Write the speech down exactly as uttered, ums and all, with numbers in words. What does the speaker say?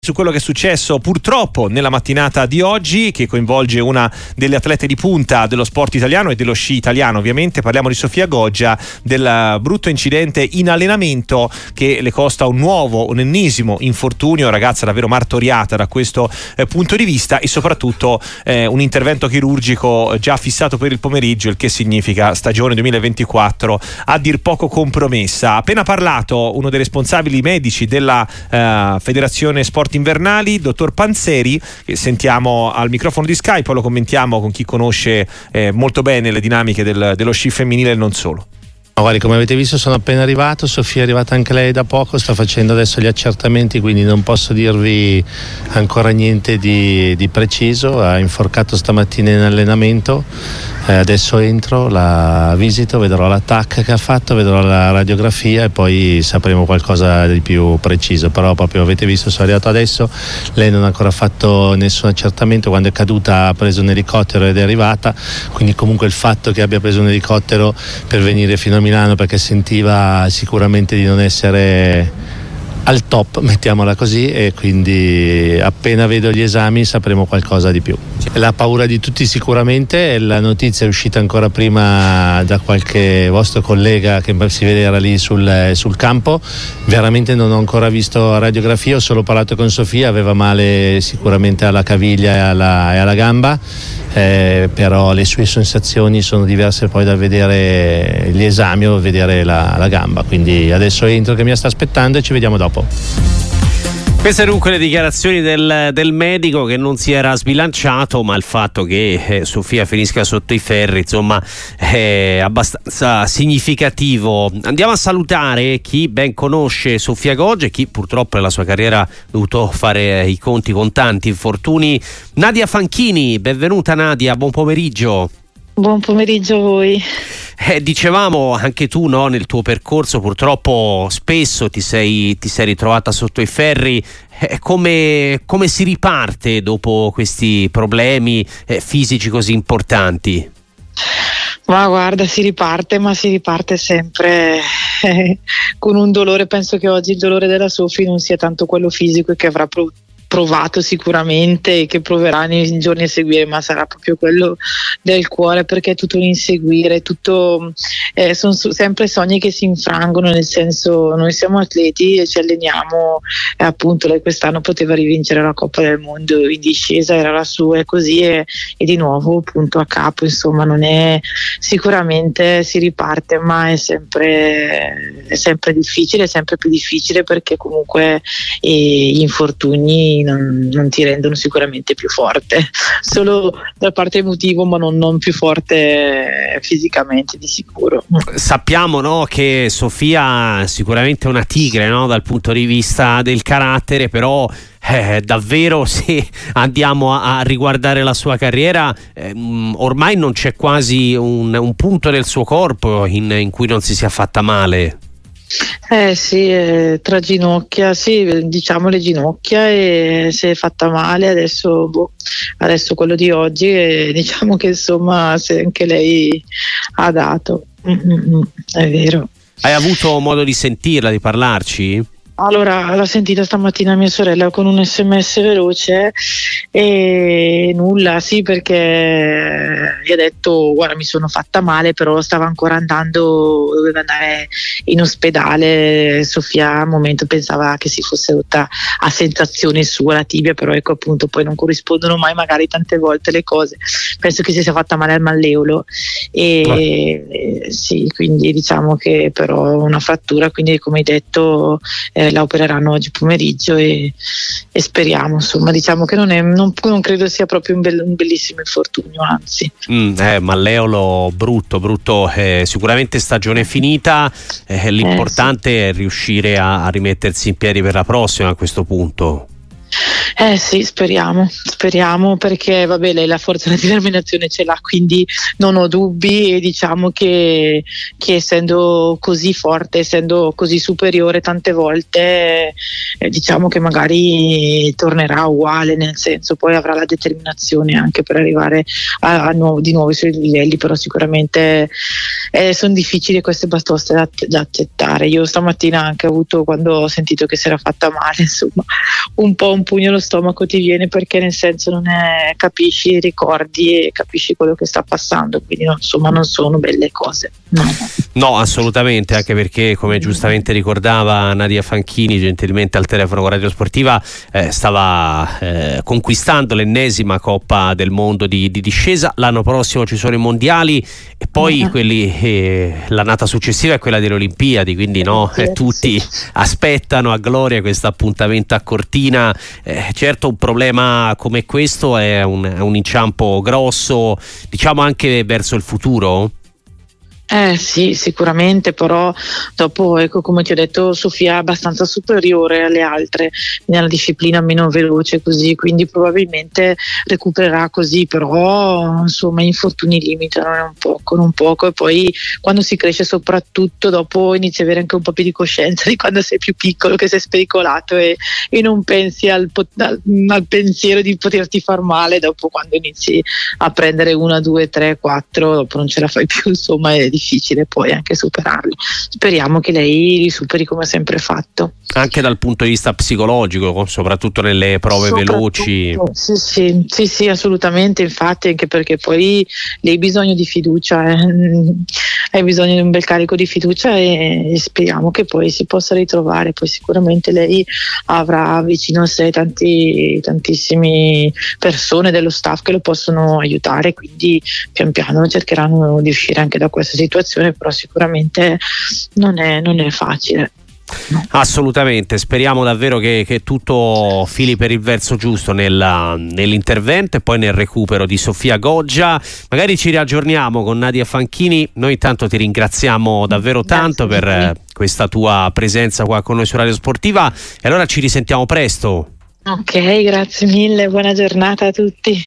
Su quello che è successo purtroppo nella mattinata di oggi, che coinvolge una delle atlete di punta dello sport italiano e dello sci italiano. Ovviamente parliamo di Sofia Goggia, del brutto incidente in allenamento che le costa un nuovo, un ennesimo infortunio, ragazza davvero martoriata da questo eh, punto di vista, e soprattutto eh, un intervento chirurgico già fissato per il pomeriggio, il che significa stagione duemilaventiquattro a dir poco compromessa. Ha appena parlato uno dei responsabili medici della eh, Federazione Sport Invernali, dottor Panzeri, che sentiamo al microfono di Skype, poi lo commentiamo con chi conosce eh, molto bene le dinamiche del, dello sci femminile e non solo. Guardi, come avete visto sono appena arrivato, Sofia è arrivata anche lei da poco, sta facendo adesso gli accertamenti, quindi non posso dirvi ancora niente di, di preciso. Ha inforcato stamattina in allenamento, eh, adesso entro, la visito, vedrò l'attacco che ha fatto, vedrò la radiografia e poi sapremo qualcosa di più preciso. Però proprio avete visto, sono arrivato adesso, lei non ha ancora fatto nessun accertamento, quando è caduta ha preso un elicottero ed è arrivata, quindi comunque il fatto che abbia preso un elicottero per venire fino a Milano perché sentiva sicuramente di non essere al top, mettiamola così, e quindi appena vedo gli esami sapremo qualcosa di più. La paura di tutti sicuramente, la notizia è uscita ancora prima da qualche vostro collega che si vede era lì sul, sul campo. Veramente non ho ancora visto radiografia, ho solo parlato con Sofia, aveva male sicuramente alla caviglia e alla, e alla gamba. Eh, però le sue sensazioni sono diverse poi da vedere gli esami o vedere la, la gamba, quindi adesso entro che mi sta aspettando e ci vediamo dopo. Queste dunque le dichiarazioni del, del medico che non si era sbilanciato, ma il fatto che eh, Sofia finisca sotto i ferri insomma è abbastanza significativo. Andiamo a salutare chi ben conosce Sofia Goggia e chi purtroppo nella sua carriera ha dovuto fare i conti con tanti infortuni. Nadia Fanchini, benvenuta Nadia, buon pomeriggio. Buon pomeriggio a voi. Eh, dicevamo anche tu, no, nel tuo percorso purtroppo spesso ti sei, ti sei ritrovata sotto i ferri. Eh, come, come si riparte dopo questi problemi eh, fisici così importanti? Ma guarda, si riparte, ma si riparte sempre eh, con un dolore. Penso che oggi il dolore della Sofì non sia tanto quello fisico che avrà provato provato sicuramente e che proverà nei giorni a seguire, ma sarà proprio quello del cuore, perché è tutto un inseguire, tutto eh, sono sempre sogni che si infrangono, nel senso noi siamo atleti e ci alleniamo, e appunto lei quest'anno poteva rivincere la Coppa del Mondo in discesa, era la sua e così e, e di nuovo punto a capo, insomma non è sicuramente si riparte, ma è sempre, è sempre difficile, è sempre più difficile perché comunque eh, gli infortuni Non, non ti rendono sicuramente più forte, solo dalla parte emotiva, ma non, non più forte fisicamente di sicuro. Sappiamo, no, che Sofia sicuramente è una tigre, no, dal punto di vista del carattere, però eh, davvero se andiamo a, a riguardare la sua carriera eh, ormai non c'è quasi un, un punto del suo corpo in, in cui non si sia fatta male. Eh sì, eh, tra ginocchia, sì, diciamo le ginocchia, e si è fatta male, adesso, boh, adesso quello di oggi, e diciamo che insomma se anche lei ha dato, mm-hmm, è vero. Hai avuto modo di sentirla, di parlarci? Allora, l'ha sentita stamattina mia sorella con un sms veloce e nulla, sì, perché gli ha detto guarda mi sono fatta male, però stava ancora andando, doveva andare in ospedale. Sofia al momento pensava che si fosse rotta a sensazione sua la tibia, però ecco appunto poi non corrispondono mai magari tante volte le cose. Penso che si sia fatta male al malleolo e oh. eh, sì, quindi diciamo che però una frattura, quindi come hai detto eh, la opereranno oggi pomeriggio e, e speriamo, insomma, diciamo che non, è, non, non credo sia proprio un, bell, un bellissimo infortunio, anzi. Mm, eh, malleolo brutto, brutto, eh, sicuramente stagione finita, eh, l'importante eh, sì. è riuscire a, a rimettersi in piedi per la prossima a questo punto. Eh sì, speriamo, speriamo perché vabbè, lei la forza e la determinazione ce l'ha, quindi non ho dubbi, e diciamo che, che essendo così forte, essendo così superiore tante volte, eh, diciamo che magari tornerà uguale, nel senso poi avrà la determinazione anche per arrivare a, a nuovo, di nuovo ai suoi livelli, però sicuramente eh, sono difficili queste batoste da, da accettare. Io stamattina anche ho avuto, quando ho sentito che si era fatta male, insomma, un po' un pugno allo stomaco ti viene, perché nel senso non è, capisci, ricordi e capisci quello che sta passando, quindi no, insomma non sono belle cose. No. No, assolutamente, anche perché come giustamente ricordava Nadia Fanchini gentilmente al telefono con Radio Sportiva, eh, stava eh, conquistando l'ennesima Coppa del Mondo di, di discesa. L'anno prossimo ci sono i mondiali e poi uh-huh. quelli, eh, l'annata successiva è quella delle Olimpiadi, quindi no, eh, tutti aspettano a gloria questo appuntamento a Cortina. Eh, certo, un problema come questo è un, è un inciampo grosso, diciamo anche verso il futuro. Eh sì, sicuramente, però dopo, ecco, come ti ho detto, Sofia è abbastanza superiore alle altre nella disciplina meno veloce, così, quindi probabilmente recupererà così, però insomma infortuni limitano un poco, non poco, e poi quando si cresce soprattutto dopo inizi a avere anche un po' più di coscienza di quando sei più piccolo, che sei spericolato e, e non pensi al, al, al pensiero di poterti far male. Dopo, quando inizi a prendere una, due, tre, quattro, dopo non ce la fai più, insomma è difficile poi anche superarli. Speriamo che lei li superi come ha sempre fatto. Anche dal punto di vista psicologico, soprattutto nelle prove veloci. Sì, sì, sì, sì, assolutamente, infatti, anche perché poi lei ha bisogno di fiducia, eh. hai bisogno di un bel carico di fiducia e, e speriamo che poi si possa ritrovare. Poi sicuramente lei avrà vicino a sé tanti, tantissime persone dello staff che lo possono aiutare, quindi pian piano cercheranno di uscire anche da questa situazione, però sicuramente non è, non è facile. No. Assolutamente, speriamo davvero che, che tutto fili per il verso giusto nella, nell'intervento e poi nel recupero di Sofia Goggia. Magari ci riaggiorniamo con Nadia Fanchini. Noi intanto ti ringraziamo davvero tanto Grazie per eh, questa tua presenza qua con noi su Radio Sportiva, e allora ci risentiamo presto. Ok, grazie mille, buona giornata a tutti.